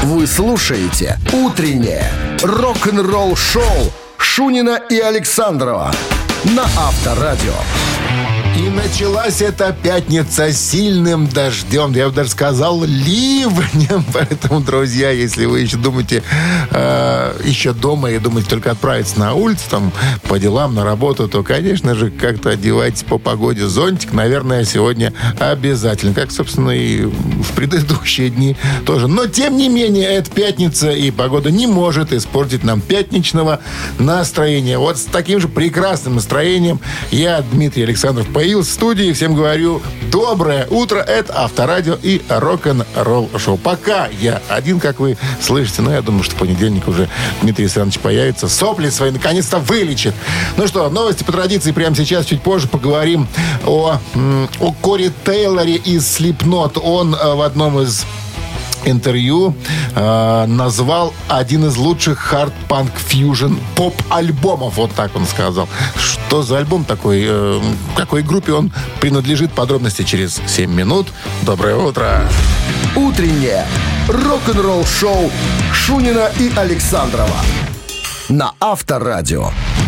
Вы слушаете «Утреннее рок-н-ролл-шоу» Шунина и Александрова на Авторадио. И началась эта пятница сильным дождем. Я бы даже сказал, ливнем. Поэтому, друзья, если вы еще думаете, еще дома и думаете только отправиться на улицу, там, по делам, на работу, то, конечно же, как-то одевайтесь по погоде. Зонтик, наверное, сегодня обязательно. Как, собственно, и в предыдущие дни тоже. Но, тем не менее, это пятница, и погода не может испортить нам пятничного настроения. Вот с таким же прекрасным настроением я, Дмитрий Александров, появился в студии. Всем говорю доброе утро. Это Авторадио и рок-н-ролл шоу. Пока я один, как вы слышите, но я думаю, что в понедельник уже Дмитрий Александрович появится. Сопли свои наконец-то вылечит. Ну что, новости по традиции прямо сейчас. Чуть позже поговорим о Кори Тейлоре из Slipknot. Он в одном из интервью назвал один из лучших хард-панк-фьюжн поп-альбомов. Вот так он сказал. Что за альбом такой? Какой группе он принадлежит? Подробности через 7 минут. Доброе утро. Утреннее рок-н-ролл-шоу Шунина и Александрова на Авторадио.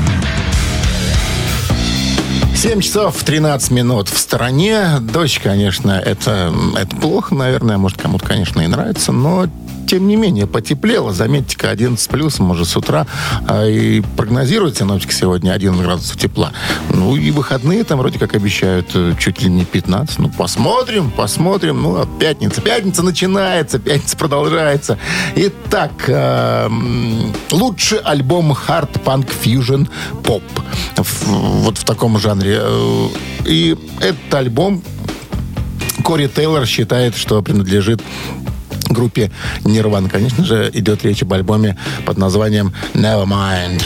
7 часов 13 минут в стороне. Дождь, конечно, это плохо, наверное. Может, кому-то, конечно, и нравится, но тем не менее, потеплело. Заметьте-ка, 11 плюсом уже с утра. И прогнозируют синоптики сегодня 11 градусов тепла. Ну, и выходные там вроде как обещают чуть ли не 15. Ну, посмотрим. Ну, а пятница начинается, пятница продолжается. Итак, лучший альбом хард-панк фьюжн поп. Вот в таком жанре. И этот альбом Кори Тейлор считает, что принадлежит группе Nirvana. Конечно же, идет речь об альбоме под названием Nevermind.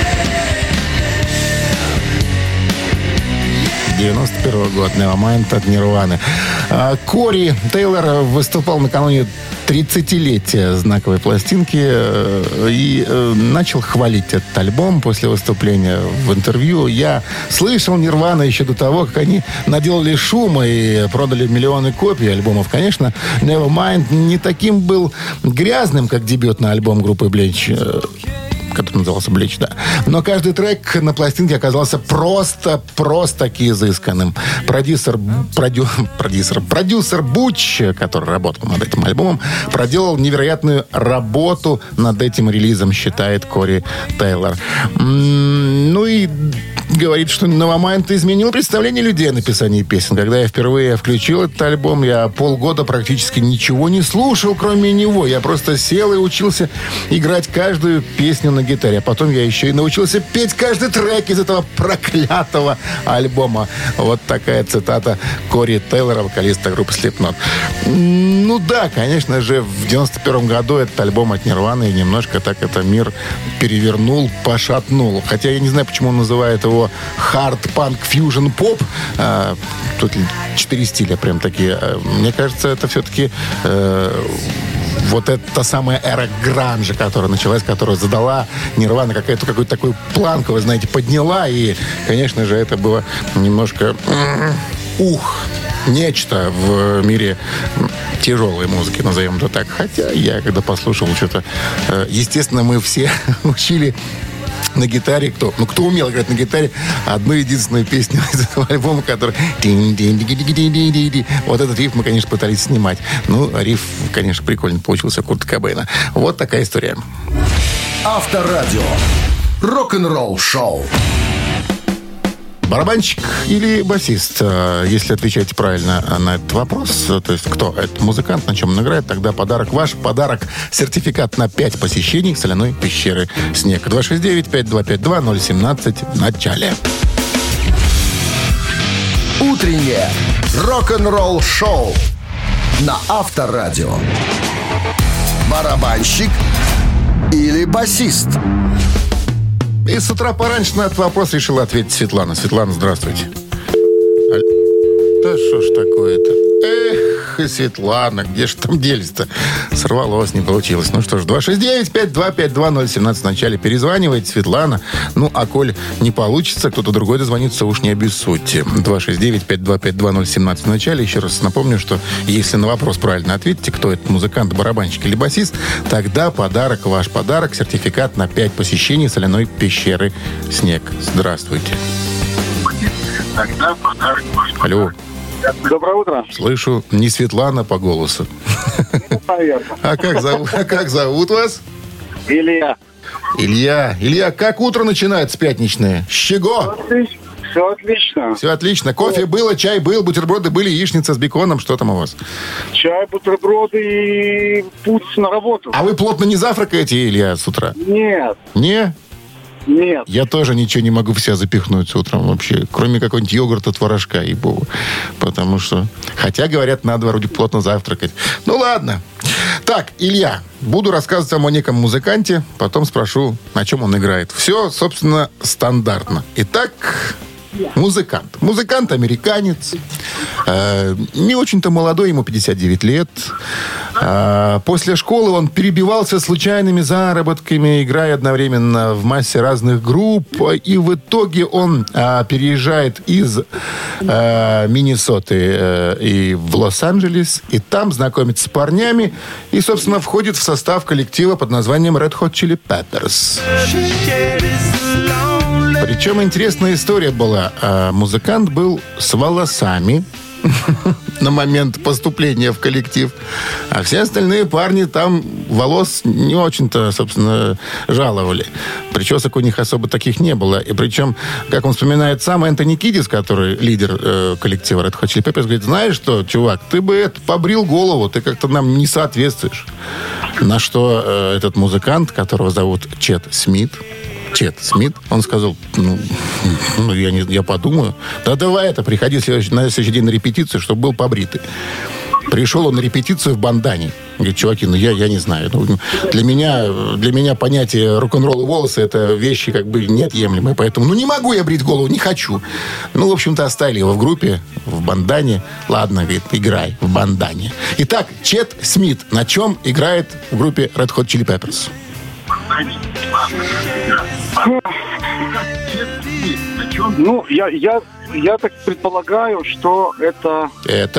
91 год. Nevermind от Nirvana. Кори Тейлор выступал накануне 30-летия знаковой пластинки и начал хвалить этот альбом после выступления в интервью. Я слышал Nirvana еще до того, как они наделали шума и продали миллионы копий альбомов. Конечно, Nevermind не таким был грязным, как дебютный альбом группы Bleach, который назывался Bleach, да. Но каждый трек на пластинке оказался просто-таки изысканным. Продюсер Буч, который работал над этим альбомом, проделал невероятную работу над этим релизом, считает Кори Тейлор. Ну и говорит, что Nevermind изменил представление людей о написании песен. Когда я впервые включил этот альбом, я полгода практически ничего не слушал, кроме него. Я просто сел и учился играть каждую песню на гитаре. А потом я еще и научился петь каждый трек из этого проклятого альбома. Вот такая цитата Кори Тейлора, вокалиста группы Slipknot. Ну да, конечно же, в 91 году этот альбом от Nirvana и немножко так это мир перевернул, пошатнул. Хотя я не знаю, почему он называет его хард-панк фьюжн поп. Тут 4 стиля прям такие. Мне кажется, это все-таки вот это та самая эра гранжа, которая началась, которая задала Nirvana какую-то такую планку, вы знаете, подняла. И, конечно же, это было немножко нечто в мире тяжелой музыки, назовем это так. Хотя я, когда послушал что-то... Естественно, мы все учили на гитаре, кто умел играть на гитаре, одну единственную песню из этого альбома, который... Вот этот риф мы, конечно, пытались снимать. Ну, риф, конечно, прикольно получился, Курта Кобейна. Вот такая история. Авторадио. Рок-н-ролл шоу. Барабанщик или басист? Если отвечаете правильно на этот вопрос, то есть кто это музыкант, на чем он играет, тогда подарок ваш. Подарок — сертификат на 5 посещений соляной пещеры «Снег». 269-5252-017 в начале. Утреннее рок-н-ролл шоу на Авторадио. Барабанщик или басист? И с утра пораньше на этот вопрос решила ответить Светлана. Светлана, здравствуйте. Да что ж такое-то? Эх. Ох, и Светлана, где же там делись-то? Сорвалось, не получилось. Ну что ж, 269-5252017 в начале перезванивает Светлана. Ну, а коль не получится, кто-то другой дозвонится, уж не обессудьте. 269-5252017 в начале. Еще раз напомню, что если на вопрос правильно ответите, кто это, музыкант, барабанщик или басист, тогда подарок, ваш подарок, сертификат на 5 посещений соляной пещеры «Снег». Здравствуйте. Тогда подарок, ваш подарок. Алло. Доброе утро. Слышу, не Светлана по голосу. А как зовут вас? Илья. Илья, как утро начинается пятничное? С чего? Все отлично. Все отлично. Кофе было, чай был, бутерброды были, яичница с беконом. Что там у вас? Чай, бутерброды и путь на работу. А вы плотно не завтракаете, Илья, с утра? Нет. Не? Нет. Я тоже ничего не могу в себя запихнуть с утром вообще. Кроме какого-нибудь йогурта, творожка, ебого. Потому что... Хотя, говорят, надо вроде плотно завтракать. Ну, ладно. Так, Илья, буду рассказывать вам о неком музыканте. Потом спрошу, на чем он играет. Все, собственно, стандартно. Итак... Музыкант. Музыкант-американец. Не очень-то молодой, ему 59 лет. После школы он перебивался случайными заработками, играя одновременно в массе разных групп. И в итоге он переезжает из Миннесоты и в Лос-Анджелес. И там знакомится с парнями. И, собственно, входит в состав коллектива под названием Red Hot Chili Peppers. Причем интересная история была. Музыкант был с волосами на момент поступления в коллектив. А все остальные парни там волос не очень-то, собственно, жаловали. Причесок у них особо таких не было. И причем, как он вспоминает сам, Энтони Кидис, который лидер коллектива Red Hot Chili Peppers, говорит, знаешь что, чувак, ты бы побрил голову, ты как-то нам не соответствуешь. На что этот музыкант, которого зовут Чет Смит, он сказал, я подумаю. Да давай приходи на следующий день на репетицию, чтобы был побритый. Пришел он на репетицию в бандане. Говорит, чуваки, я не знаю. Для меня понятие рок-н-ролл и волосы — это вещи как бы неотъемлемые. Поэтому, не могу я брить голову, не хочу. В общем-то, оставили его в группе, в бандане. Ладно, говорит, играй в бандане. Итак, Чет Смит на чем играет в группе Red Hot Chili Peppers? Я так предполагаю, что это...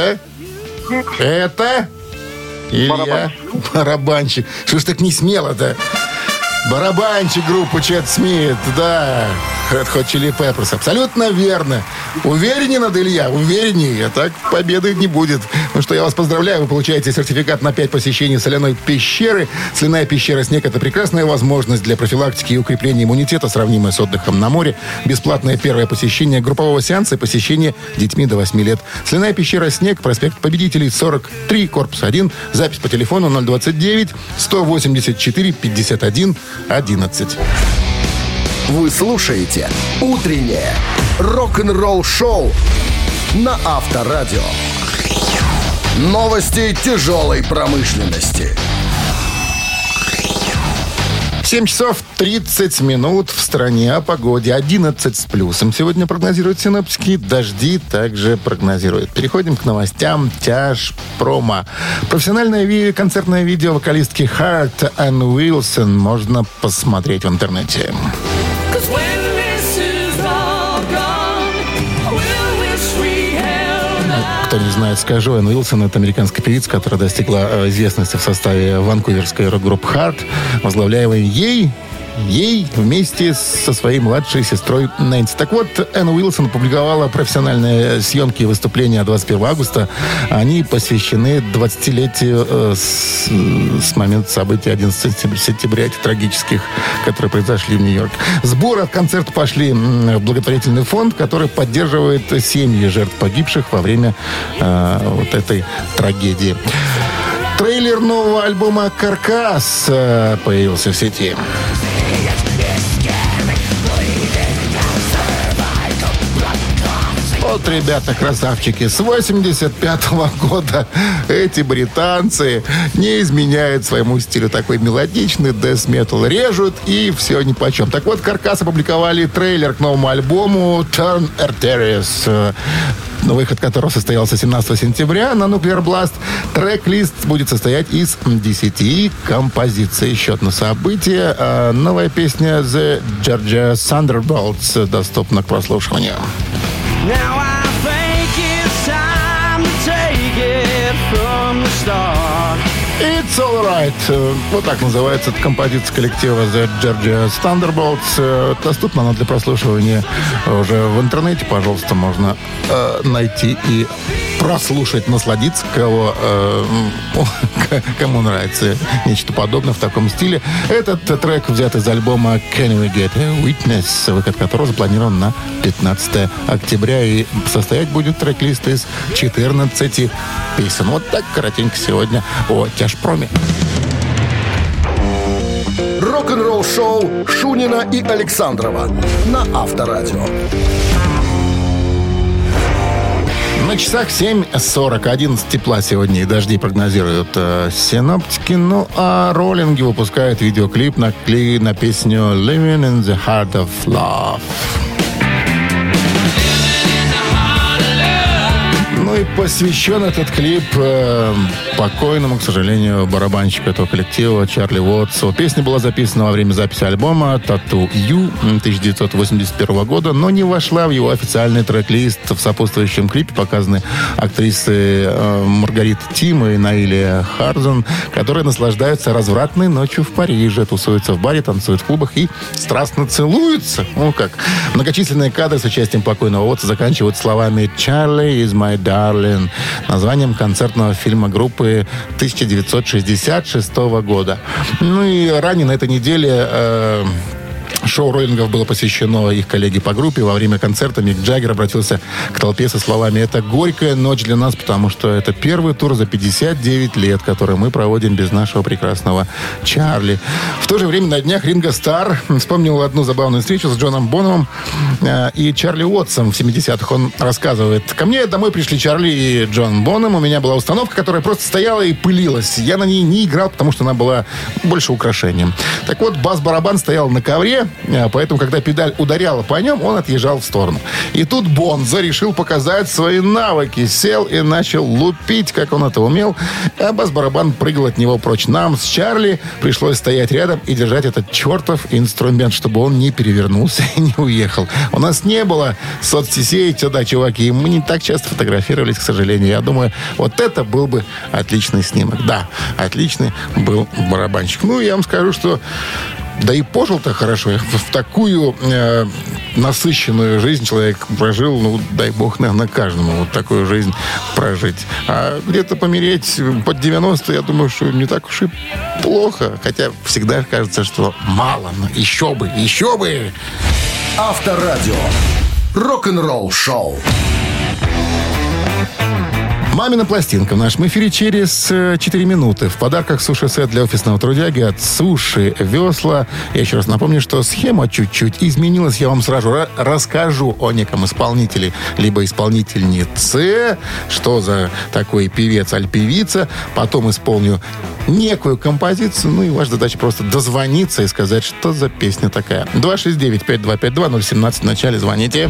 Это? Илья? Барабанщик. Что ж так не смело-то? Барабанщик группы Чет Смит, да. Red Hot Chili Peppers. Абсолютно верно. Увереннее надо, Илья? Увереннее. А так победы не будет. Ну что, я вас поздравляю. Вы получаете сертификат на 5 посещений соляной пещеры. Соляная пещера «Снег» — это прекрасная возможность для профилактики и укрепления иммунитета, сравнимая с отдыхом на море. Бесплатное первое посещение группового сеанса и посещение детьми до 8 лет. Соляная пещера «Снег», проспект Победителей, 43, корпус 1. Запись по телефону 029-184-51-11. Вы слушаете «Утреннее рок-н-ролл-шоу» на Авторадио. Новости тяжелой промышленности. 7 часов 30 минут в стране. О погоде 11 с плюсом. Сегодня прогнозируют синоптики. Дожди также прогнозируют. Переходим к новостям тяжпрома. Профессиональное концертное видео вокалистки Heart Ann Wilson можно посмотреть в интернете. Кто не знает, скажу, Энн Уилсон — это американская певица, которая достигла известности в составе ванкуверской рок-группы Heart, возглавляемой ей вместе со своей младшей сестрой Нэнси. Так вот, Энн Уилсон опубликовала профессиональные съемки и выступления 21 августа. Они посвящены 20-летию с момента событий 11 сентября, этих трагических, которые произошли в Нью-Йорке. Сборы от концерта пошли в благотворительный фонд, который поддерживает семьи жертв погибших во время вот этой трагедии. Трейлер нового альбома «Каркас» появился в сети. Вот, ребята, красавчики, с 85-го года эти британцы не изменяют своему стилю. Такой мелодичный дэс-метал. Режут, и все нипочем. Так вот, «Каркас» опубликовали трейлер к новому альбому «Turn Arteries». выход которого состоялся 17 сентября на Nuclear Blast. Трек-лист будет состоять из 10 композиций. Еще одно событие. Новая песня The Georgia Thunderbolts доступна к прослушиванию. It's Alright. Вот так называется эта композиция коллектива The Georgia Thunderbolts. Доступна она для прослушивания уже в интернете. Пожалуйста, можно найти и прослушать, насладиться, кому нравится нечто подобное в таком стиле. Этот трек взят из альбома Can We Get a Witness, выход которого запланирован на 15 октября. И состоять будет трек-лист из 14 песен. Вот так коротенько сегодня о тяжпроме. Рок-н-ролл шоу Шунина и Александрова на Авторадио. На часах 7:40. 11 тепла сегодня и дожди прогнозируют синоптики. Ну, а роллинги выпускают видеоклип на песню «Living in the Heart of Love». Ну и посвящен этот клип покойному, к сожалению, барабанщику этого коллектива Чарли Уотсу. Песня была записана во время записи альбома «Tattoo You» 1981 года, но не вошла в его официальный трек-лист. В сопутствующем клипе показаны актрисы Маргарита Тим и Наилия Харзен, которые наслаждаются развратной ночью в Париже, тусуются в баре, танцуют в клубах и страстно целуются. Ну как. Многочисленные кадры с участием покойного Уотса заканчивают словами «Charlie is my darling», названием концертного фильма группы 1966 года. Ну и ранее на этой неделе шоу роллингов было посвящено их коллеге по группе. Во время концерта Мик Джаггер обратился к толпе со словами: «Это горькая ночь для нас, потому что это первый тур за 59 лет, который мы проводим без нашего прекрасного Чарли». В то же время на днях Ринго Старр вспомнил одну забавную встречу с Джоном Бономом и Чарли Уотсом в 70-х. Он рассказывает: «Ко мне домой пришли Чарли и Джон Бонем. У меня была установка, которая просто стояла и пылилась. Я на ней не играл, потому что она была больше украшением. Так вот, бас-барабан стоял на ковре, поэтому, когда педаль ударяла по нем, он отъезжал в сторону. И тут Бонзо решил показать свои навыки. Сел и начал лупить, как он это умел, а бас-барабан прыгал от него прочь. Нам с Чарли пришлось стоять рядом и держать этот чертов инструмент, чтобы он не перевернулся и не уехал. У нас не было соцсетей, да, чуваки, и мы не так часто фотографировались, к сожалению. Я думаю, вот это был бы отличный снимок. Да, отличный был барабанщик. Ну, я вам скажу, что да и пожил-то хорошо. В такую насыщенную жизнь человек прожил, ну, дай бог, наверное, каждому вот такую жизнь прожить. А где-то помереть под 90, я думаю, что не так уж и плохо. Хотя всегда кажется, что мало. Но еще бы. Авторадио. Рок-н-ролл шоу. «Мамина пластинка» в нашем эфире через 4 минуты. В подарках суши-сет для офисного трудяги от «Суши Весла». Я еще раз напомню, что схема чуть-чуть изменилась. Я вам сразу расскажу о неком исполнителе, либо исполнительнице, что за такой певец аль певица. Потом исполню некую композицию. Ну и ваша задача просто дозвониться и сказать, что за песня такая. 269-5252-017 в начале. Звоните.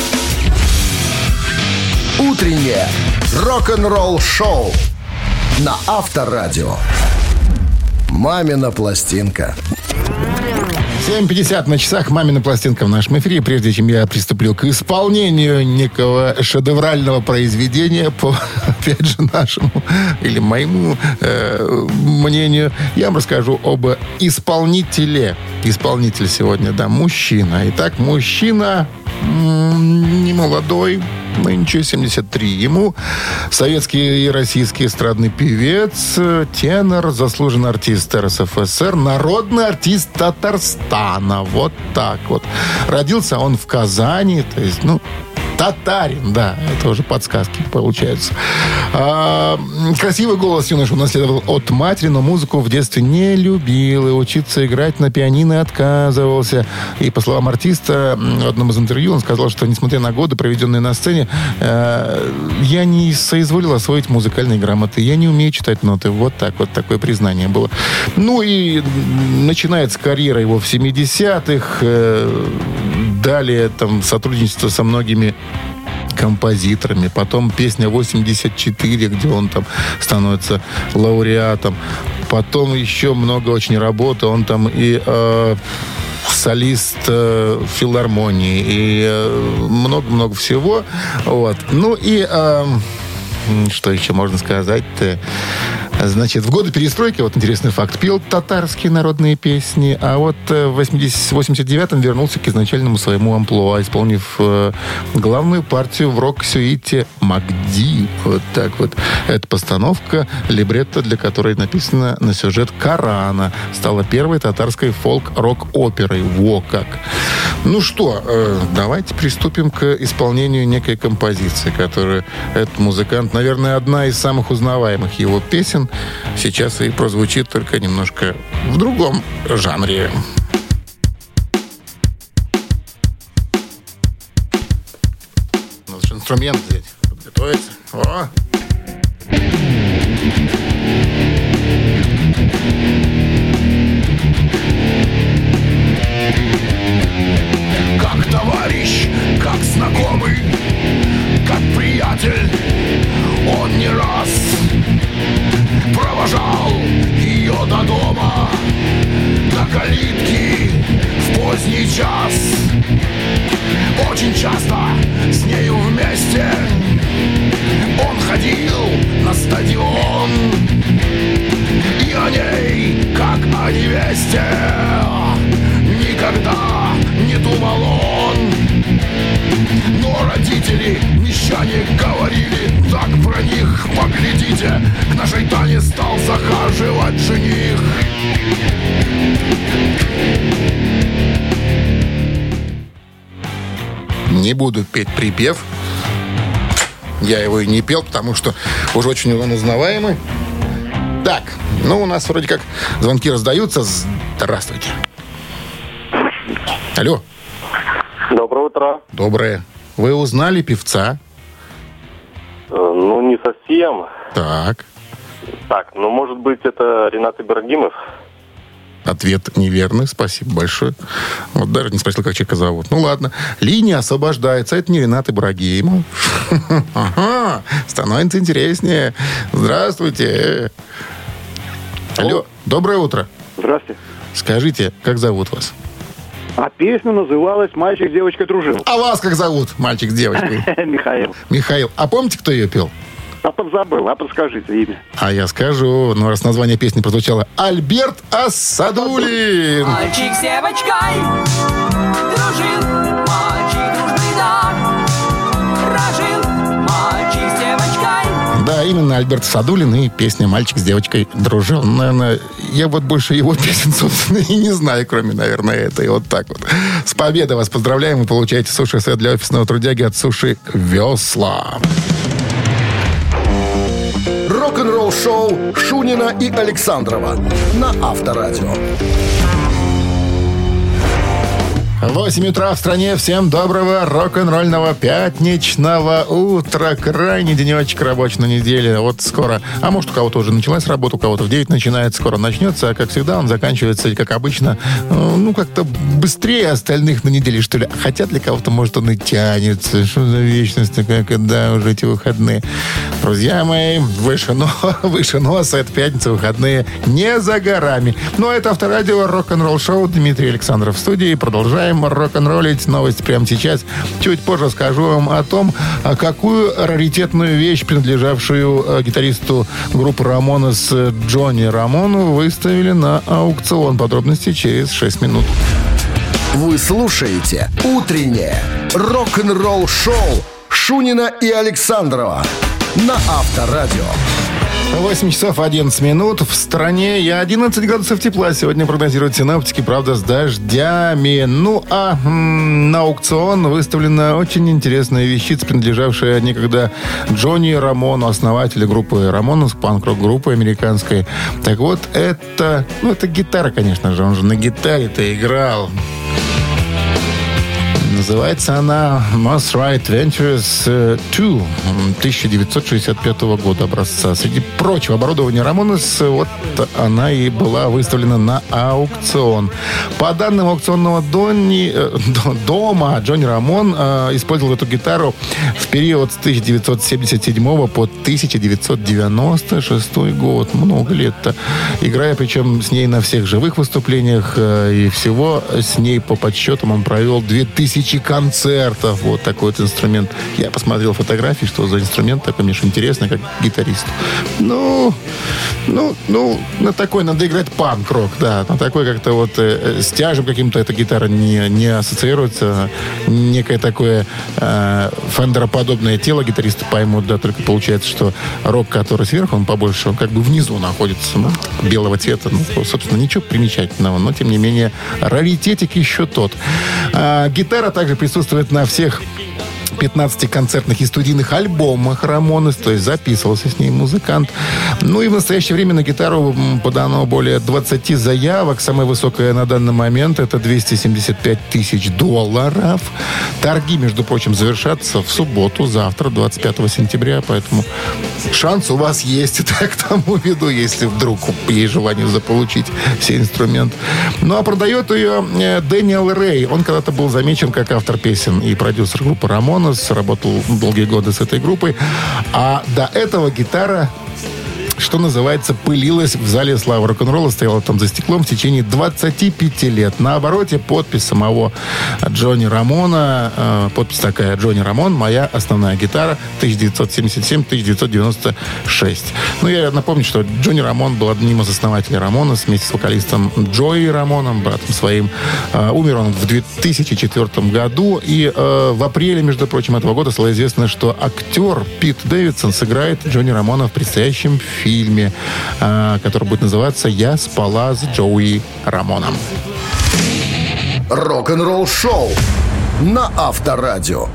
Утреннее рок-н-ролл шоу на Авторадио. «Мамина пластинка». 7:50 на часах. «Мамина пластинка» в нашем эфире. Прежде чем я приступлю к исполнению некого шедеврального произведения, по, опять же, нашему или моему мнению, я вам расскажу об исполнителе. Исполнитель сегодня, да, мужчина. Итак, мужчина не молодой, нынче 73 ему. Советский и российский эстрадный певец, тенор, заслуженный артист РСФСР, народный артист Татарстана. Вот так вот. Родился он в Казани, то есть, татарин, да, это уже подсказки получаются. Красивый голос юноша унаследовал от матери, но музыку в детстве не любил и учиться играть на пианино отказывался. И, по словам артиста, в одном из интервью он сказал, что, несмотря на годы, проведенные на сцене, я не соизволил освоить музыкальные грамоты, я не умею читать ноты. Вот так вот, такое признание было. Ну и начинается карьера его в 70-х. Далее там сотрудничество со многими композиторами. Потом песня 84, где он там становится лауреатом. Потом еще много очень работы. Он там и солист филармонии, и много-много всего. Вот. Ну и что еще можно сказать-то? Значит, в годы перестройки, вот интересный факт, пел татарские народные песни, а вот в 89-м вернулся к изначальному своему амплуа, исполнив главную партию в рок-сюите «Магди». Вот так вот. Эта постановка, либретто, для которой написано на сюжет Корана, стала первой татарской фолк-рок-оперой. Во как! Ну что, давайте приступим к исполнению некой композиции, которую этот музыкант, наверное, одна из самых узнаваемых его песен, сейчас и прозвучит, только немножко в другом жанре. Надо же инструмент взять, подготовиться. О! Как товарищ, как знакомый, как приятель, он не раз провожал ее до дома, до калитки в поздний час. Очень часто с нею вместе он ходил на стадион, и о ней, как о невесте, никогда не думал он. Но родители, мещане говорили так про них: поглядите, к нашей Тане стал захаживать жених. Не буду петь припев. Я его и не пел, потому что уже очень он узнаваемый. Так, ну у нас вроде как звонки раздаются. Здравствуйте. Алло. Доброе утро. Доброе. Вы узнали певца? Ну, не совсем. Так. Так, ну, может быть, это Ренат Ибрагимов? Ответ неверный, спасибо большое. Вот даже не спросил, как человека зовут. Ну ладно. Линия освобождается. Это не Ренат Ибрагимов. Ага, становится интереснее. Здравствуйте. Алло, доброе утро. Здравствуйте. Скажите, как зовут вас? А песня называлась «Мальчик с девочкой дружил». А вас как зовут, мальчик с девочкой? Михаил. Михаил. А помните, кто ее пел? А подзабыл, а подскажите имя. А я скажу, ну раз название песни прозвучало: Альберт Асадуллин. Мальчик с девочкой дружил, мальчик дружный, да, прожил, мальчик с девочкой. Да, именно Альберт Асадуллин и песня «Мальчик с девочкой дружил». Наверное, я вот больше его песен, собственно, и не знаю, кроме, наверное, этой. Вот так вот. С победой вас поздравляем. Вы получаете суши-сет для офисного трудяги от Суши Весла. Рок-н-ролл-шоу Шунина и Александрова на Авторадио. 8 утра в стране. Всем доброго рок-н-ролльного пятничного утра. Крайний денечек рабочий на неделе. Вот скоро. А может, у кого-то уже началась работа, у кого-то в 9 начинается, скоро начнется. А как всегда, он заканчивается, как обычно, ну, как-то быстрее остальных на неделе, что ли. Хотя для кого-то, может, он и тянется. Что за вечность такая, когда уже эти выходные. Друзья мои, выше носа. Это пятница, выходные не за горами. Ну, это Авторадио, рок-н-ролл шоу. Дмитрий Александров в студии. Продолжаем рок-н-роллить. Новости прямо сейчас. Чуть позже скажу вам о том, какую раритетную вещь, принадлежавшую гитаристу группы Рамонес Джонни Рамону, выставили на аукцион. Подробности через 6 минут. Вы слушаете «Утреннее рок-н-ролл-шоу» Шунина и Александрова на Авторадио. 8 часов 11 минут. В стране и 11 градусов тепла сегодня прогнозируют синоптики, правда, с дождями. Ну, а на аукцион выставлена очень интересная вещица, принадлежавшая некогда Джонни Рамону, основателю группы Рамонес, панк-рок группы американской. Так вот, это гитара, конечно же, он же на гитаре-то играл. Называется она Most Right Ventures 2 1965 года образца. Среди прочего оборудования Рамонес, вот она и была выставлена на аукцион. По данным аукционного дома, Джонни Рамон использовал эту гитару в период с 1977 по 1996 год. Много лет-то. Играя, причем с ней на всех живых выступлениях, и всего с ней по подсчетам он провел 2000 концертов. Вот такой вот инструмент. Я посмотрел фотографии, что за инструмент такой, мне интересно, как гитарист. Ну, на такой надо играть панк-рок, да. На такой как-то вот с тяжем каким-то эта гитара не ассоциируется. Некое такое фендероподобное тело гитаристы поймут, да, только получается, что рок, который сверху, он побольше, он как бы внизу находится, ну, белого цвета. Ну, собственно, ничего примечательного, но, тем не менее, раритетик еще тот. Гитара также присутствует на всех 15 концертных и студийных альбомах Рамонес, то есть записывался с ней музыкант. Ну и в настоящее время на гитару подано более 20 заявок. Самая высокая на данный момент — это $275 тысяч. Торги, между прочим, завершатся в субботу, завтра, 25 сентября, поэтому шанс у вас есть, это к тому веду, если вдруг есть желание заполучить все инструменты. Ну а продает ее Дэниел Рэй. Он когда-то был замечен как автор песен и продюсер группы Рамонес, работал долгие годы с этой группой. А до этого гитара, что называется, пылилась в зале славы рок-н-ролла, стояла там за стеклом в течение 25 лет. На обороте подпись самого Джонни Рамона. Подпись такая: Джонни Рамон, моя основная гитара, 1977-1996. Ну, я напомню, что Джонни Рамон был одним из основателей Рамонес вместе с вокалистом Джои Рамоном, братом своим. Умер он в 2004 году. И в апреле, между прочим, этого года стало известно, что актер Пит Дэвидсон сыграет Джонни Рамона в предстоящем фильме, который будет называться «Я спала с Джоуи Рамоном». Рок-н-ролл шоу на Авторадио.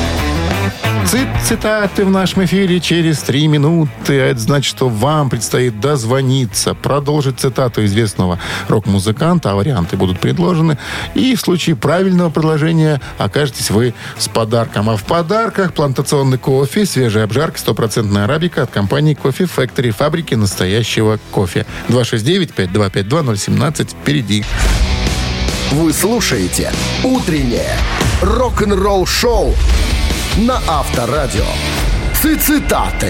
Цитаты в нашем эфире через 3 минуты. А это значит, что вам предстоит дозвониться, продолжить цитату известного рок-музыканта, а варианты будут предложены. И в случае правильного предложения окажетесь вы с подарком. А в подарках плантационный кофе, свежая обжарка, 100% арабика от компании Coffee Factory, фабрики настоящего кофе. 269-5252-017 впереди. Вы слушаете «Утреннее рок-н-ролл-шоу» на Авторадио. Цитаты.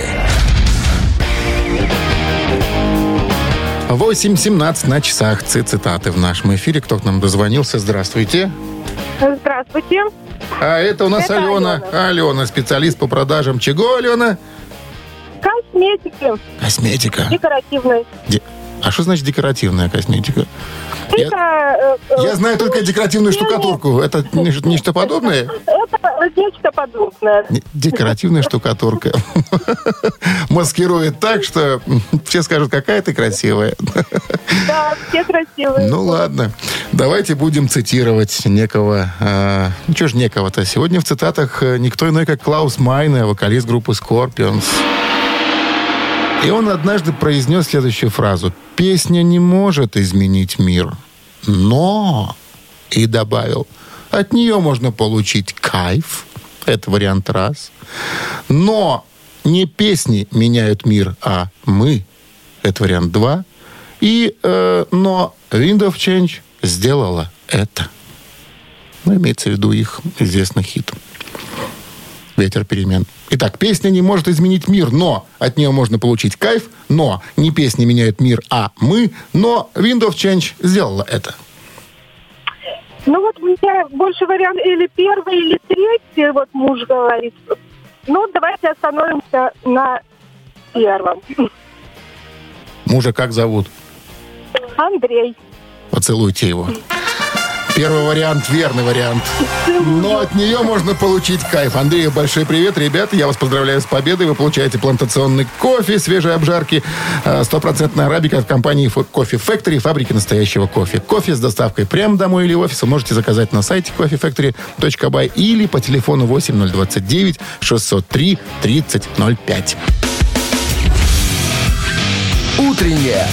8:17 на часах. Цитаты в нашем эфире. Кто к нам дозвонился? Здравствуйте. Здравствуйте. А это у нас Это Алена. Алена, специалист по продажам чего, Алена? Косметики. Косметика. Декоративной. А что значит декоративная косметика? Я знаю только декоративную штукатурку. Это нечто подобное? Это нечто подобное. Декоративная штукатурка. Маскирует так, что все скажут, какая ты красивая. Да, все красивые. Ну ладно. Давайте будем цитировать некого... Чего ж некого-то? Сегодня в цитатах никто иной, как Клаус Майне, вокалист группы Scorpions. И он однажды произнес следующую фразу: «Песня не может изменить мир, но...» И добавил: «От нее можно получить кайф». Это вариант раз. «Но не песни меняют мир, а мы». Это вариант два. И «Но Wind of Change сделала это». Ну, имеется в виду их известный хит «Ветер перемен». Итак, песня не может изменить мир, но от нее можно получить кайф, но не песни меняют мир, а мы, но Wind of Change сделала это. Ну вот у меня больше вариант или первый, или третий, вот муж говорит. Ну, давайте остановимся на первом. Мужа как зовут? Андрей. Поцелуйте его. Первый вариант, верный вариант. Но от нее можно получить кайф. Андрею большой привет, ребята. Я вас поздравляю с победой. Вы получаете плантационный кофе, свежие обжарки, 100% арабика от компании Coffee Factory, фабрики настоящего кофе. Кофе с доставкой прямо домой или в офис вы можете заказать на сайте coffeefactory.by или по телефону 8029 603 3005. Утреннее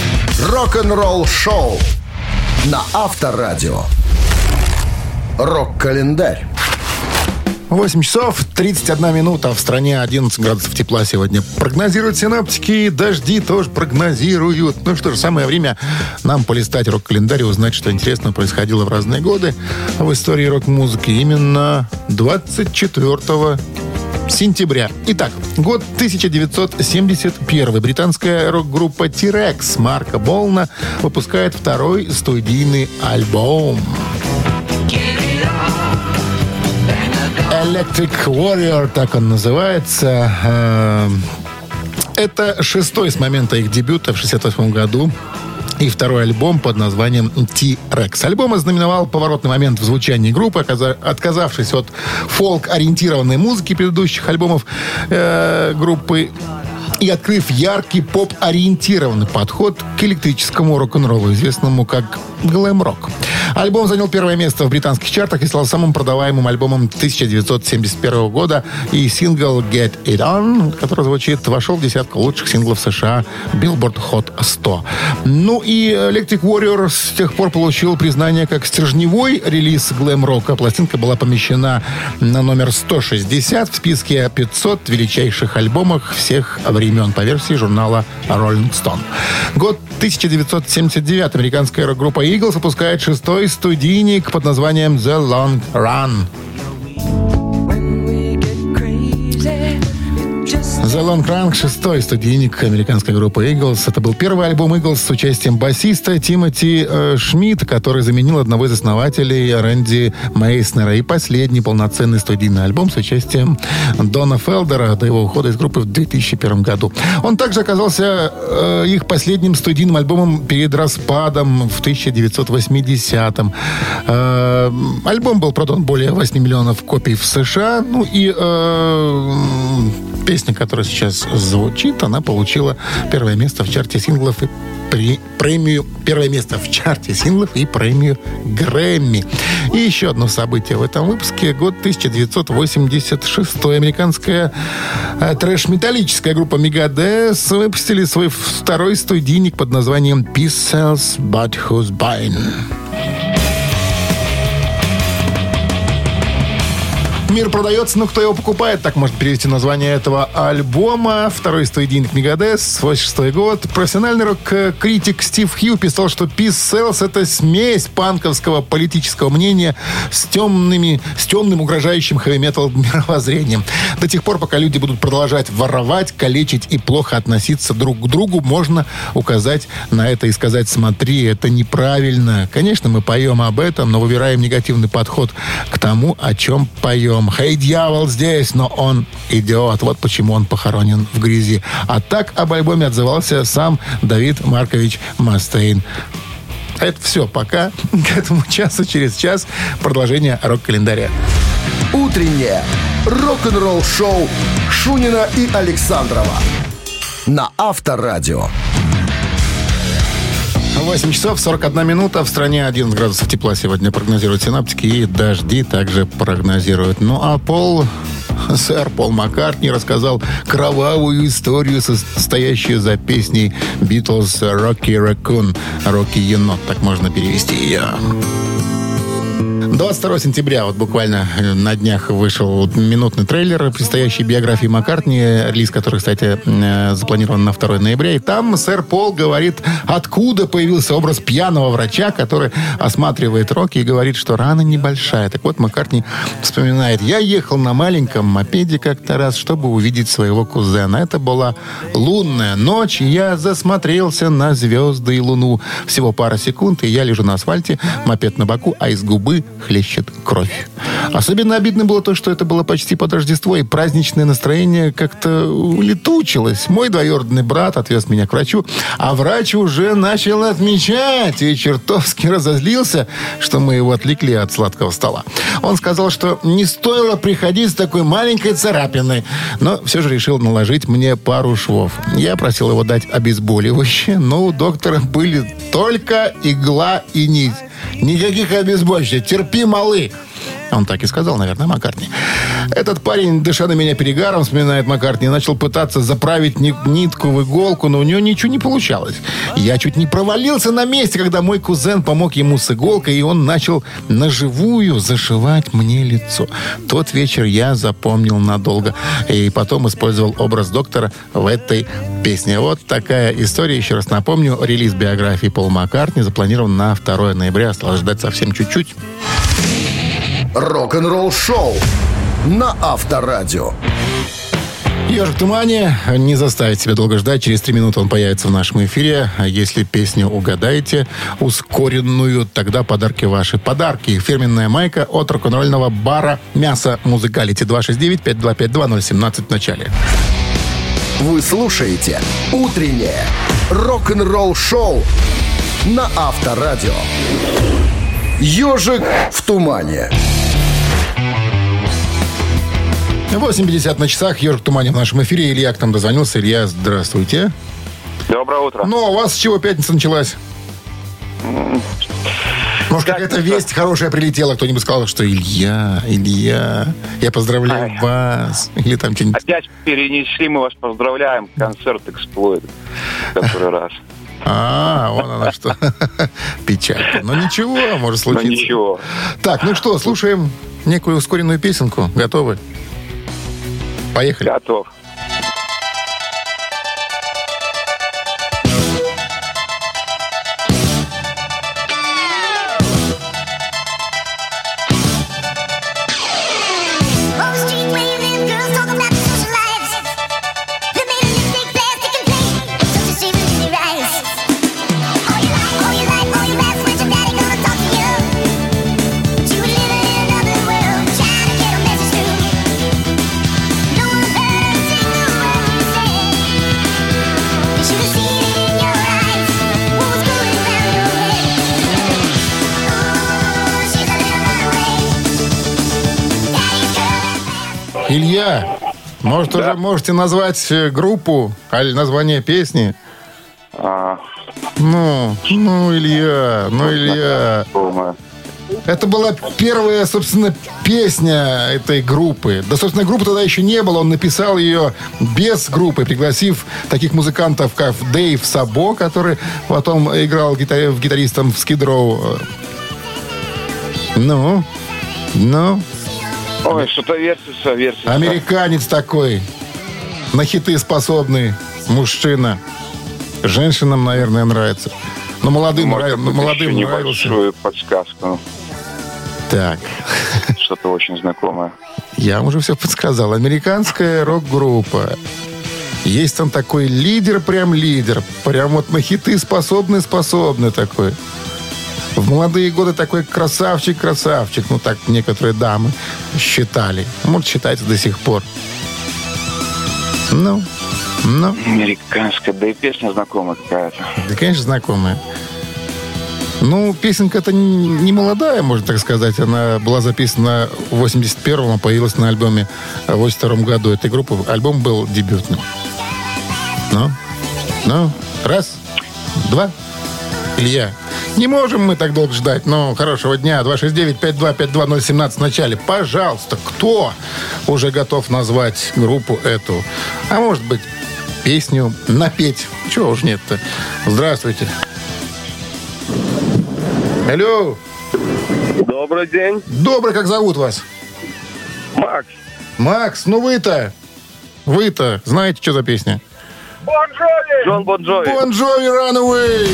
рок-н-ролл-шоу на Авторадио. Рок-календарь. 8 часов 31 минута. В стране 11 градусов тепла сегодня. Прогнозируют синоптики. Дожди тоже прогнозируют. Ну что ж, самое время нам полистать рок-календарь и узнать, что интересного происходило в разные годы в истории рок-музыки. Именно 24 сентября. Итак, год 1971. Британская рок-группа T-Rex Марка Болна выпускает второй студийный альбом. Electric Warrior, так он называется. Это шестой с момента их дебюта в 1968 году. И второй альбом под названием T-Rex. Альбом ознаменовал поворотный момент в звучании группы, отказавшись от фолк-ориентированной музыки предыдущих альбомов группы и открыв яркий поп-ориентированный подход к электрическому рок-н-роллу, известному как глэм-рок. Альбом занял первое место в британских чартах и стал самым продаваемым альбомом 1971 года. И сингл «Get It On», который звучит, вошел в десятку лучших синглов США Billboard Hot 100. Ну и Electric Warrior с тех пор получил признание как стержневой релиз глэм-рока. Пластинка была помещена на номер 160 в списке 500 величайших альбомов всех времен по версии журнала Rolling Stone. Год 1979. Американская рок-группа Eagles выпускает шестой студийник под названием The Long Run. The Long Run, шестой студийник американской группы Eagles. Это был первый альбом Eagles с участием басиста Тимоти Шмидта, который заменил одного из основателей Рэнди Мейснера. И последний полноценный студийный альбом с участием Дона Фелдера до его ухода из группы в 2001 году. Он также оказался их последним студийным альбомом перед распадом в 1980-м. Альбом был продан более 8 миллионов копий в США. Ну и песня, которая сейчас звучит, она получила первое место в чарте синглов и премию Грэмми. И еще одно событие в этом выпуске. Год 1986. Американская трэш-металлическая группа Megadeth выпустили свой второй студийник под названием Peace Sells, But Who's Buying? Мир продается, но кто его покупает? Так можно перевести название этого альбома. Второй студийник Megadeth, 86 год. Профессиональный рок-критик Стив Хью писал, что Peace Sells — это смесь панковского политического мнения с темным угрожающим хэви-метал мировоззрением. До тех пор, пока люди будут продолжать воровать, калечить и плохо относиться друг к другу, можно указать на это и сказать: смотри, это неправильно. Конечно, мы поем об этом, но выбираем негативный подход к тому, о чем поем. «Хей, дьявол здесь, но он идиот». Вот почему он похоронен в грязи. А так об альбоме отзывался сам Давид Маркович Мастейн. Это все. Пока. К этому часу, через час, продолжение рок-календаря. Утреннее рок-н-ролл-шоу Шунина и Александрова на Авторадио. 8 часов 41 минута. В стране 11 градусов тепла сегодня прогнозируют синоптики. И дожди также прогнозируют. Ну а сэр Пол Маккартни рассказал кровавую историю, состоящую за песней Beatles «Rocky Raccoon». «Рокки енот», так можно перевести ее. 22 сентября, вот буквально на днях, вышел минутный трейлер предстоящей биографии Маккартни, релиз который, кстати, запланирован на 2 ноября. И там сэр Пол говорит, откуда появился образ пьяного врача, который осматривает Рокки и говорит, что рана небольшая. Так вот, Маккартни вспоминает: я ехал на маленьком мопеде как-то раз, чтобы увидеть своего кузена. Это была лунная ночь, и я засмотрелся на звезды и луну. Всего пара секунд, и я лежу на асфальте, мопед на боку, а из губы хлещет кровь. Особенно обидно было то, что это было почти под Рождество, и праздничное настроение как-то улетучилось. Мой двоюродный брат отвез меня к врачу, а врач уже начал отмечать и чертовски разозлился, что мы его отвлекли от сладкого стола. Он сказал, что не стоило приходить с такой маленькой царапиной, но все же решил наложить мне пару швов. Я просил его дать обезболивающее, но у доктора были только игла и нить. Никаких обезболивающих. Терпи, малы. Он так и сказал, наверное, Маккартни. Этот парень, дыша на меня перегаром, вспоминает Маккартни, начал пытаться заправить нитку в иголку, но у него ничего не получалось. Я чуть не провалился на месте, когда мой кузен помог ему с иголкой, и он начал наживую зашивать мне лицо. Тот вечер я запомнил надолго. И потом использовал образ доктора в этой песне. Вот такая история. Еще раз напомню, релиз биографии Пола Маккартни запланирован на 2 ноября. Осталось ждать совсем чуть-чуть. Рок-н-ролл шоу на Авторадио. «Ежик в тумане». Не заставить себя долго ждать. Через 3 минуты он появится в нашем эфире. А если песню угадаете, ускоренную, тогда подарки ваши. Подарки. Фирменная майка от рок-н-ролльного бара «Мясо Музыкалити». 269-5252-017 в начале. Вы слушаете «Утреннее рок-н-ролл шоу» на Авторадио. «Ежик в тумане». 8:50 на часах. «Ежик в тумане» в нашем эфире. Илья к нам дозвонился. Илья, здравствуйте. Доброе утро. Ну, а у вас с чего пятница началась? Может, какая-то весть хорошая прилетела? Кто-нибудь сказал, что Илья, я поздравляю вас. Или там что-нибудь... Опять перенесли, мы вас поздравляем. Концерт «Эксплойд». Который раз. Вон она что. Печалька. Но ничего, может случиться. Ничего. Так, ну что, слушаем некую ускоренную песенку. Готовы? Поехали. Готов. Илья, может, уже можете назвать группу или название песни? Ну, Илья. Это была первая, собственно, песня этой группы. Да, собственно, группы тогда еще не было. Он написал ее без группы, пригласив таких музыкантов, как Дэйв Сабо, который потом играл гитаристом в Skid Row. Ну. Ой, что-то версия. Американец такой. На хиты способный мужчина. Женщинам, наверное, нравится. Но молодым нравился. Небольшую подсказку. Так. Что-то очень знакомое. Я вам уже все подсказал. Американская рок-группа. Есть там такой лидер. Прям вот на хиты способный такой. В молодые годы такой красавчик. Ну, так некоторые дамы считали. Может, считается до сих пор. Ну. Американская, да и песня знакомая какая-то. Да, конечно, знакомая. Ну, песенка-то не молодая, можно так сказать. Она была записана в 81-м, а появилась на альбоме в 82-м году этой группы. Альбом был дебютным. Ну, раз, два. Илья, не можем мы так долго ждать. Ну, хорошего дня. 269-5252-017 в начале. Пожалуйста, кто уже готов назвать группу эту? А может быть, песню напеть? Чего уж нет-то? Здравствуйте. Алло. Добрый день. Добрый, как зовут вас? Макс. Макс, ну вы-то знаете, что за песня? Бон Джови. Джон Бон Джови. Бон Джови, Runaway.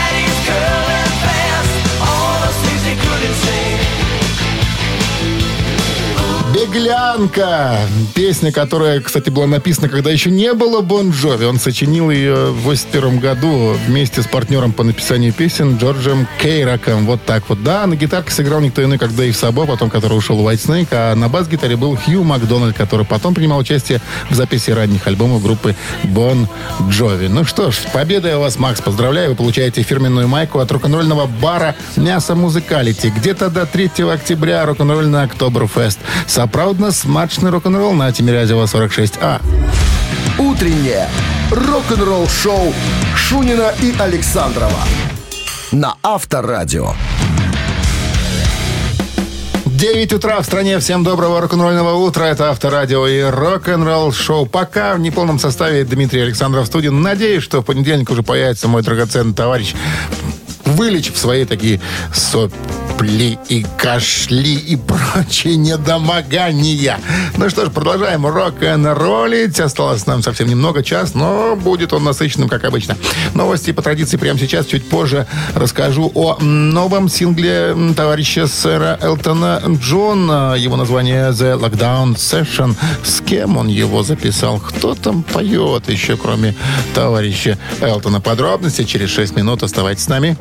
«Беглянка». Песня, которая, кстати, была написана, когда еще не было Бон Джови. Он сочинил ее в 81 году вместе с партнером по написанию песен Джорджем Кейраком. Вот так вот. Да, на гитарке сыграл никто иной, как Дэйв Сабо, потом, который ушел в White Snake, а на бас-гитаре был Хью Макдональд, который потом принимал участие в записи ранних альбомов группы Бон Джови. Ну что ж, с победой у вас, Макс. Поздравляю, вы получаете фирменную майку от рок-н-ролльного бара «Мясо Музыкалити». Где-то до 3 октября рок-н-ролльный Октоберфест. Сапраўдна смачный рок-н-ролл на Тимирязева 46А. Утреннее рок-н-ролл-шоу Шунина и Александрова на Авторадио. 9 утра в стране. Всем доброго рок-н-ролльного утра. Это Авторадио и рок-н-ролл шоу. Пока в неполном составе Дмитрий Александров в студии. Надеюсь, что в понедельник уже появится мой драгоценный товарищ, вылечив свои такие сопли и кашли и прочие недомогания. Ну что ж, продолжаем рок-н-роллить. Осталось нам совсем немного, час, но будет он насыщенным, как обычно. Новости по традиции прямо сейчас, чуть позже расскажу о новом сингле товарища сэра Элтона Джона. Его название The Lockdown Session. С кем он его записал? Кто там поет еще, кроме товарища Элтона? Подробности через 6 минут. Оставайтесь с нами.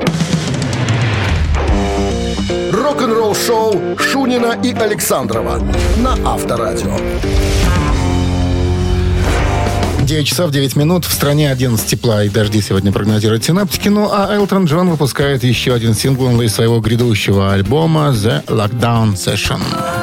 Рок-н-ролл-шоу Шунина и Александрова на Авторадио. 9 часов 9 минут. В стране 11 тепла и дожди сегодня прогнозируют синаптики. Ну, а Элтон Джон выпускает еще один сингл из своего грядущего альбома The Lockdown Session.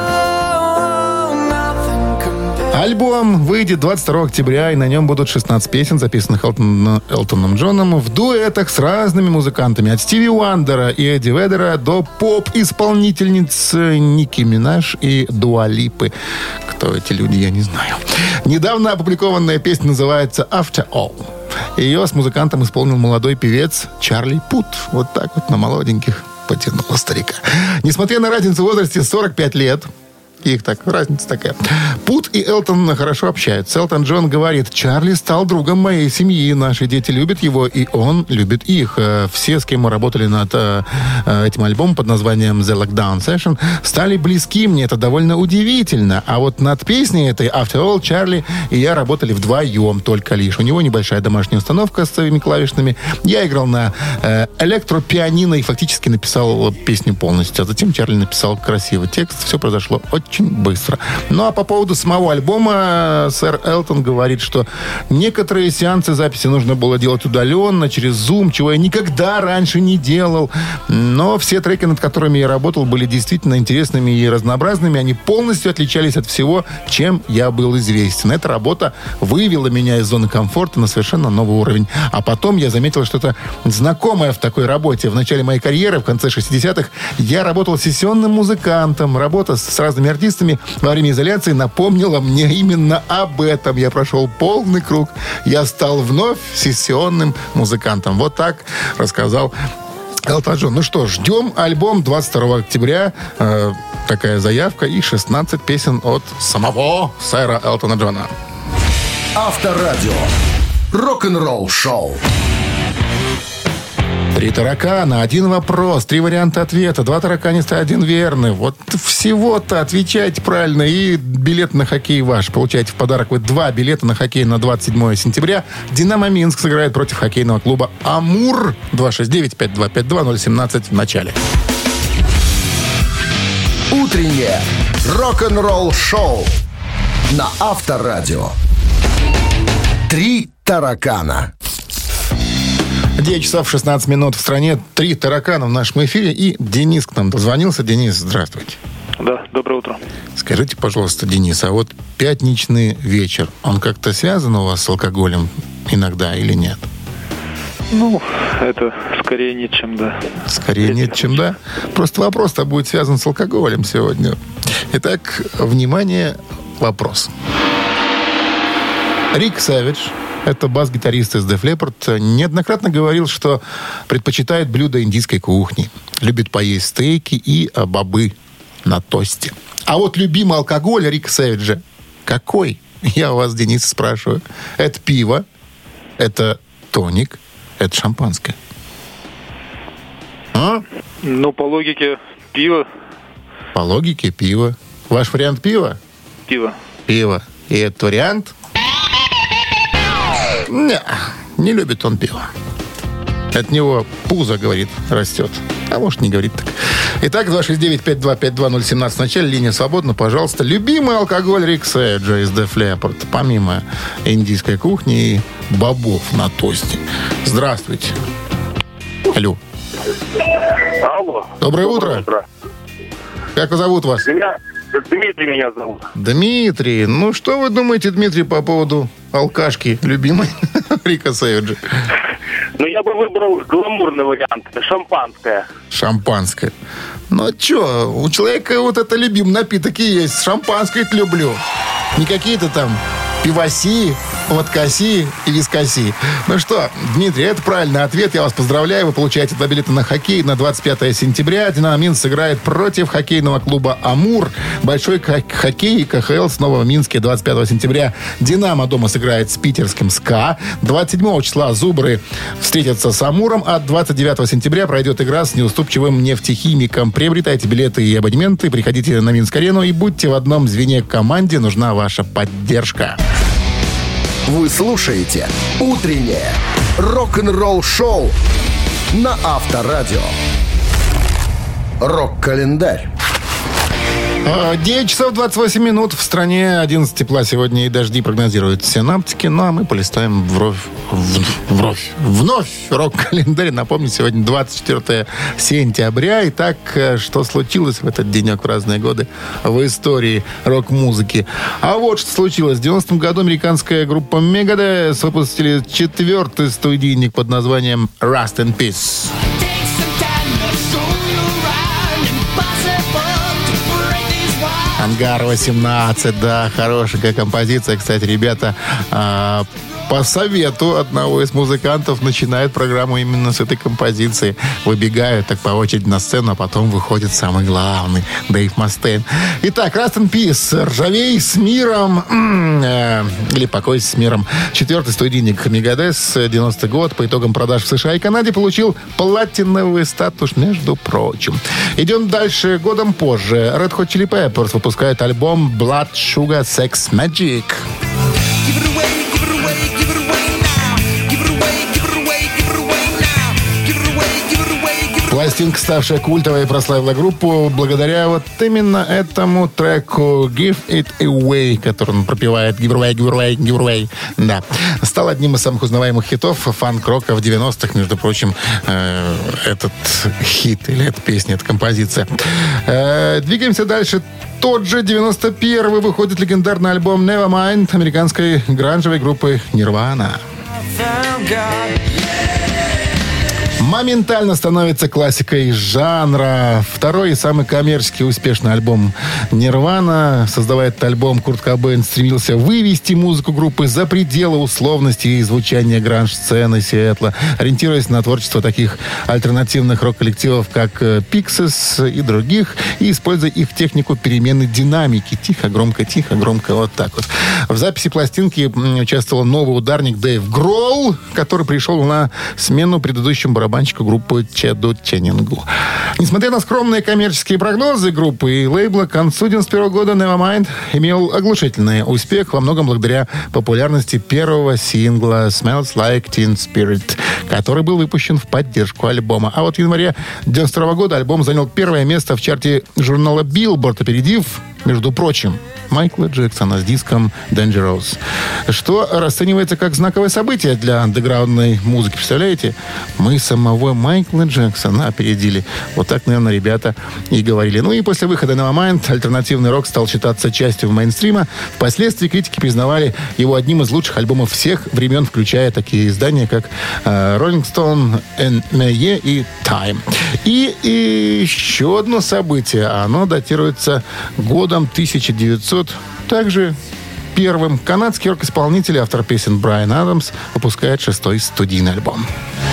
Альбом выйдет 22 октября, и на нем будут 16 песен, записанных Элтоном Джоном в дуэтах с разными музыкантами. От Стиви Уандера и Эдди Веддера до поп-исполнительниц Ники Минаж и Дуа Липы. Кто эти люди, я не знаю. Недавно опубликованная песня называется After All. Ее с музыкантом исполнил молодой певец Чарли Пут. Вот так вот на молоденьких потянуло старика. Несмотря на разницу в возрасте 45 лет, их так, разница такая. Пут и Элтон хорошо общаются. Элтон Джон говорит: Чарли стал другом моей семьи, наши дети любят его, и он любит их. Все, с кем мы работали над этим альбомом под названием The Lockdown Session, стали близки мне. Это довольно удивительно. А вот над песней этой After All Чарли и я работали вдвоем только лишь. У него небольшая домашняя установка с своими клавишными. Я играл на электропианино и фактически написал песню полностью. А затем Чарли написал красивый текст. Все произошло очень быстро. Ну а по поводу самого альбома сэр Элтон говорит, что некоторые сеансы записи нужно было делать удаленно, через Zoom, чего я никогда раньше не делал. Но все треки, над которыми я работал, были действительно интересными и разнообразными. Они полностью отличались от всего, чем я был известен. Эта работа вывела меня из зоны комфорта на совершенно новый уровень. А потом я заметил что-то знакомое в такой работе. В начале моей карьеры, в конце 60-х, я работал сессионным музыкантом. Работа с разными артистами во время изоляции напомнила мне именно об этом. Я прошел полный круг. Я стал вновь сессионным музыкантом. Вот так рассказал Элтон Джон. Ну что, ждем альбом 22 октября. Такая заявка и 16 песен от самого сэра Элтона Джона. Авторадио. Рок-н-ролл шоу. 3 таракана, 1 вопрос, 3 варианта ответа, 2 тараканиста, 1 верный. Вот всего-то отвечайте правильно, и билет на хоккей ваш. Получаете в подарок вы 2 билета на хоккей на 27 сентября. «Динамо Минск» сыграет против хоккейного клуба «Амур». 269-5252-017 в начале. Утреннее рок-н-ролл шоу на Авторадио. 3 таракана. 9 часов 16 минут в стране. 3 таракана в нашем эфире. И Денис к нам дозвонился. Денис, здравствуйте. Да, доброе утро. Скажите, пожалуйста, Денис, а вот пятничный вечер, он как-то связан у вас с алкоголем иногда или нет? Ну, это скорее нет, чем да. Скорее нет, чем да? Просто вопрос-то будет связан с алкоголем сегодня. Итак, внимание, вопрос. Рик Сэвидж, это бас-гитарист из Def Leppard, неоднократно говорил, что предпочитает блюда индийской кухни. Любит поесть стейки и бобы на тосте. А вот любимый алкоголь Рика Сэвиджа какой? Я у вас, Денис, спрашиваю. Это пиво, это тоник, это шампанское. А? Ну, по логике, пиво. По логике, пиво. Ваш вариант пива? Пиво. Пиво. И этот вариант? Не любит он пиво. От него пузо, говорит, растет. А может, не говорит так. Итак, 269-5252-017 в начале. Линия свободна, пожалуйста. Любимый алкоголь Рик Сэвиджа из Def Leppard, помимо индийской кухни и бобов на тосте. Здравствуйте. Алло. Алло. Доброе утро. Как зовут вас? Дмитрий меня зовут. Дмитрий. Ну, что вы думаете, Дмитрий, по поводу алкашки любимой Рика Сэвиджа? Но я бы выбрал гламурный вариант. Шампанское. Шампанское. Ну, что, у человека вот это любимый напиток и есть. Шампанское люблю. Не какие-то там пивоси, водкоси и вискоси. Ну что, Дмитрий, это правильный ответ. Я вас поздравляю. Вы получаете 2 билета на хоккей на 25 сентября. «Динамо Минск» сыграет против хоккейного клуба «Амур». Большой хоккей и КХЛ снова в Минске 25 сентября. «Динамо» дома сыграет с питерским «СКА». 27 числа «Зубры» встретятся с «Амуром», а 29 сентября пройдет игра с неуступчивым «Нефтехимиком». Приобретайте билеты и абонементы, приходите на Минск-арену и будьте в одном звене команде. Нужна ваша поддержка. Вы слушаете «Утреннее рок-н-ролл-шоу» на Авторадио. Рок-календарь. 9 часов 28 минут. В стране 11 тепла сегодня и дожди прогнозируют синаптики. Ну, а мы полистаем вновь рок-календарь. Напомню, сегодня 24 сентября. Итак, что случилось в этот денек в разные годы в истории рок-музыки? А вот что случилось. В 90-м году американская группа Megadeth выпустили 4-й студийник под названием Rust in Peace. «Ангар 18», да, хорошая композиция. Кстати, ребята, по совету одного из музыкантов начинают программу именно с этой композиции. Выбегают так по очереди на сцену, а потом выходит самый главный, Дэйв Мастейн. Итак, Rust in Peace, «Ржавей с миром», или «Покойся с миром». 4-й студийник Megadeth, 90-й год, по итогам продаж в США и Канаде получил платиновый статус, между прочим. Идем дальше. Годом позже Red Hot Chili Peppers выпускает альбом Blood Sugar Sex Magic. Пластинка, ставшая культовой, прославила группу благодаря вот именно этому треку «Give It Away», который он пропевает «Give It Away, Give It Away, Give It Away». Да. Стал одним из самых узнаваемых хитов фанк-рока в 90-х. Между прочим, этот хит или эта песня, эта композиция. Двигаемся дальше. Тот же 91-й выходит легендарный альбом Nevermind американской гранжевой группы Nirvana. Моментально становится классикой жанра. Второй и самый коммерчески успешный альбом Nirvana. Создавая этот альбом, Курт Кобейн стремился вывести музыку группы за пределы условностей и звучания гранж-сцены Сиэтла, ориентируясь на творчество таких альтернативных рок-коллективов, как Pixies и других, и используя их технику перемены динамики. Тихо-громко, вот так вот. В записи пластинки участвовал новый ударник Дэйв Гроул, который пришел на смену предыдущему барабанщику группы Чеду Ченнингу. Несмотря на скромные коммерческие прогнозы группы и лейбла, к концу 91 года Nevermind имел оглушительный успех, во многом благодаря популярности первого сингла «Smells Like Teen Spirit», который был выпущен в поддержку альбома. А вот в январе 92 года альбом занял первое место в чарте журнала Billboard, опередив, между прочим, Майкла Джексона с диском «Dangerous», что расценивается как знаковое событие для андеграундной музыки. Представляете? Мы самого Майкла Джексона опередили. Вот так, наверное, ребята и говорили. Ну и после выхода Nevermind альтернативный рок стал считаться частью мейнстрима. Впоследствии критики признавали его одним из лучших альбомов всех времен, включая такие издания, как Rolling Stone, NME и Time. И еще одно событие. Оно датируется годом 1900. Также первым канадский рок-исполнитель, автор песен Брайан Адамс, выпускает 6-й студийный альбом.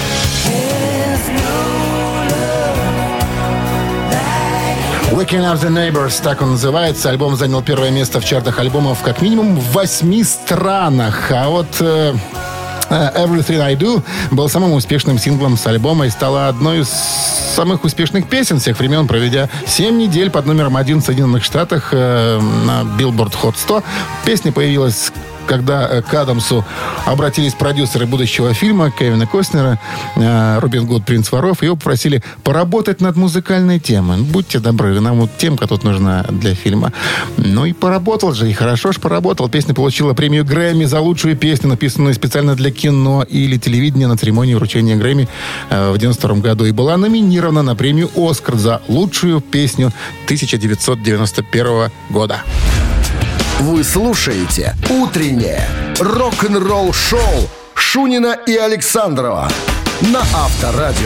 Waking Up the Neighbors, так он называется. Альбом занял первое место в чартах альбомов как минимум в 8 странах. А вот Everything I Do был самым успешным синглом с альбома и стала одной из самых успешных песен всех времен, проведя 7 недель под номером 1 в Соединенных Штатах на Billboard Hot 100. Песня появилась, когда к Адамсу обратились продюсеры будущего фильма Кевина Костнера, Робин Гуд, Принц воров, и его попросили поработать над музыкальной темой. Будьте добры, нам вот темка тут нужна для фильма. Ну и поработал же, и хорошо ж поработал. Песня получила премию Грэмми за лучшую песню, написанную специально для кино или телевидения на церемонии вручения Грэмми в 92 году, и была номинирована на премию «Оскар» за лучшую песню 1991 года. Вы слушаете «Утреннее рок-н-ролл-шоу» Шунина и Александрова на Авторадио.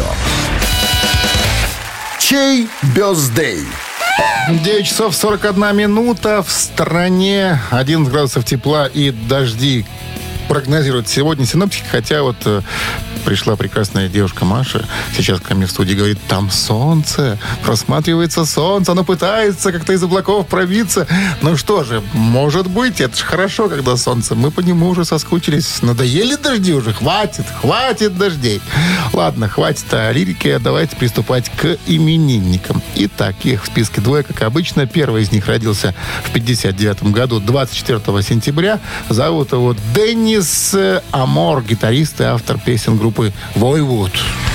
Чей бёздей? 9 часов 41 минута. В стране 11 градусов тепла и дожди прогнозируют сегодня синоптики. Хотя вот пришла прекрасная девушка Маша сейчас ко мне в студии, говорит, там солнце, просматривается солнце, оно пытается как-то из облаков пробиться. Ну что же, может быть, это же хорошо, когда солнце. Мы по нему уже соскучились. Надоели дожди уже? Хватит дождей. Ладно, хватит о лирике. Давайте приступать к именинникам. Итак, их в списке двое, как обычно. Первый из них родился в 59 году, 24 сентября. Зовут его Деннис Амор, гитарист и автор песен группы Voivod.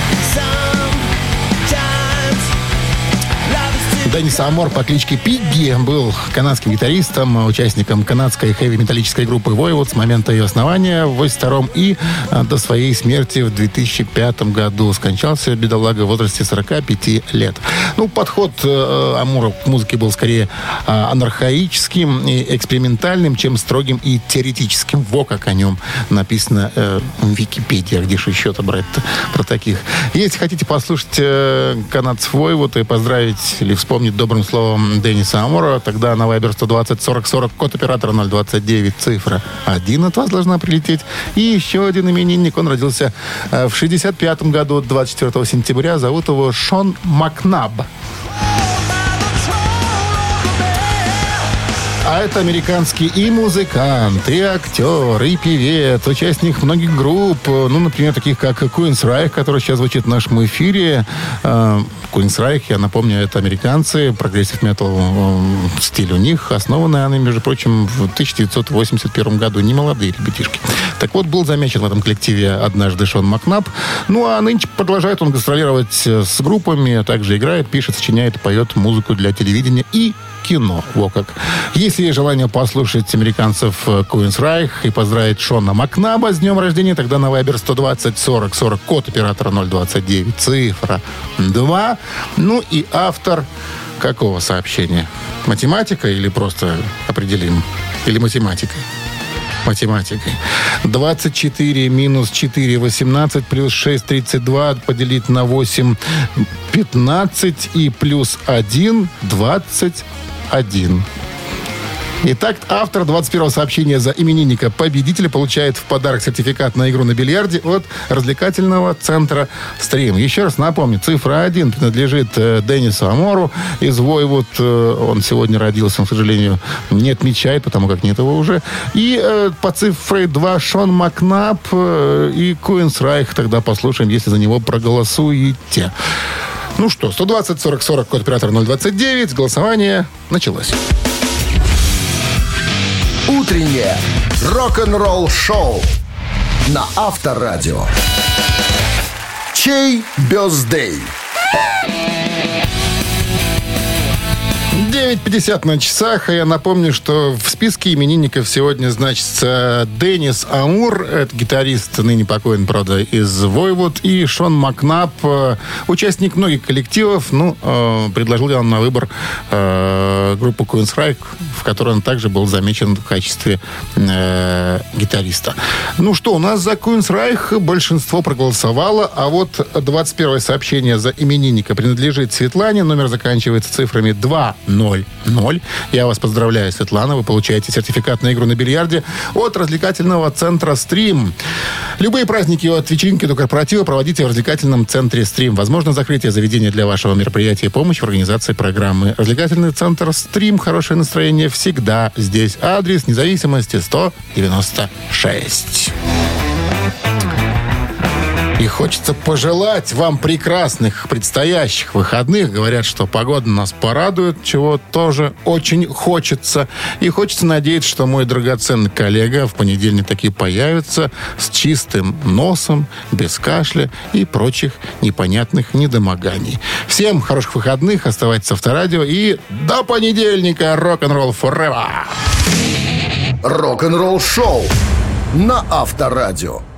Деннис Амор по кличке Пигги был канадским гитаристом, участником канадской хэви-металлической группы Voivod с момента ее основания в 1982 и до своей смерти в 2005 году. Скончался бедолага в возрасте 45 лет. Ну, подход Амора к музыке был скорее анархаическим и экспериментальным, чем строгим и теоретическим. Во как о нем написано в Википедии. Где же еще-то брать-то про таких? Если хотите послушать канадцев Voivod и поздравить или вспомнить добрым словом Денниса Амора, тогда на Viber 120 40 40, код оператора 029, цифра 1 от вас должна прилететь. И еще один именинник, он родился в 65 году, 24 сентября. Зовут его Шон Макнаб. А это американский и музыкант, и актер, и певец, участник многих групп, ну, например, таких как Queensryche, который сейчас звучит в нашем эфире. Queensryche, я напомню, это американцы, прогрессив метал стиль у них, основаны они, между прочим, в 1981 году, не молодые ребятишки. Так вот, был замечен в этом коллективе однажды Шон Макнаб. Ну, а нынче продолжает он гастролировать с группами, а также играет, пишет, сочиняет и поет музыку для телевидения и кино. Во как. Если есть желание послушать американцев Queensryche и поздравить Шона Макнаба с днем рождения, тогда на Viber 120 40 40, код оператора 029, цифра 2. Ну и автор какого сообщения? Математика или просто определим? Или математикой? Математикой. 24 минус 4, 18, плюс 6, 32, поделить на 8, 15 и плюс 1, 21. Итак, автор 21-го сообщения за именинника победителя получает в подарок сертификат на игру на бильярде от развлекательного центра «Стрим». Еще раз напомню, цифра 1 принадлежит Деннису Амору из Voivod. Он сегодня родился, он, к сожалению, не отмечает, потому как нет его уже. И по цифре 2 Шон Макнаб и Queensryche. Тогда послушаем, если за него проголосуете. Ну что, 120 40 40, код оператора 029. Голосование началось. Утреннее рок-н-ролл-шоу на Авторадио. Чей бёздей? 9:50 на часах. И я напомню, что в списке именинников сегодня значится Деннис Амор, это гитарист, ныне покойный, правда, из Voivod, и Шон Макнаб, участник многих коллективов. Ну, предложил я вам на выбор группу Queensryche, в которой он также был замечен в качестве гитариста. Ну что, у нас за Queensryche большинство проголосовало, а вот 21-е сообщение за именинника принадлежит Светлане. Номер заканчивается цифрами 200. Я вас поздравляю, Светлана. Вы получаете сертификат на игру на бильярде от развлекательного центра «Стрим». Любые праздники от вечеринки до корпоратива проводите в развлекательном центре «Стрим». Возможно, закрытие заведения для вашего мероприятия и помощь в организации программы. Развлекательный центр «Стрим». Хорошее настроение всегда здесь. Адрес Независимости 196. И хочется пожелать вам прекрасных предстоящих выходных. Говорят, что погода нас порадует, чего тоже очень хочется. И хочется надеяться, что мой драгоценный коллега в понедельник таки появится с чистым носом, без кашля и прочих непонятных недомоганий. Всем хороших выходных, оставайтесь с Авторадио и до понедельника. Рок-н-ролл forever! Рок-н-ролл шоу на Авторадио.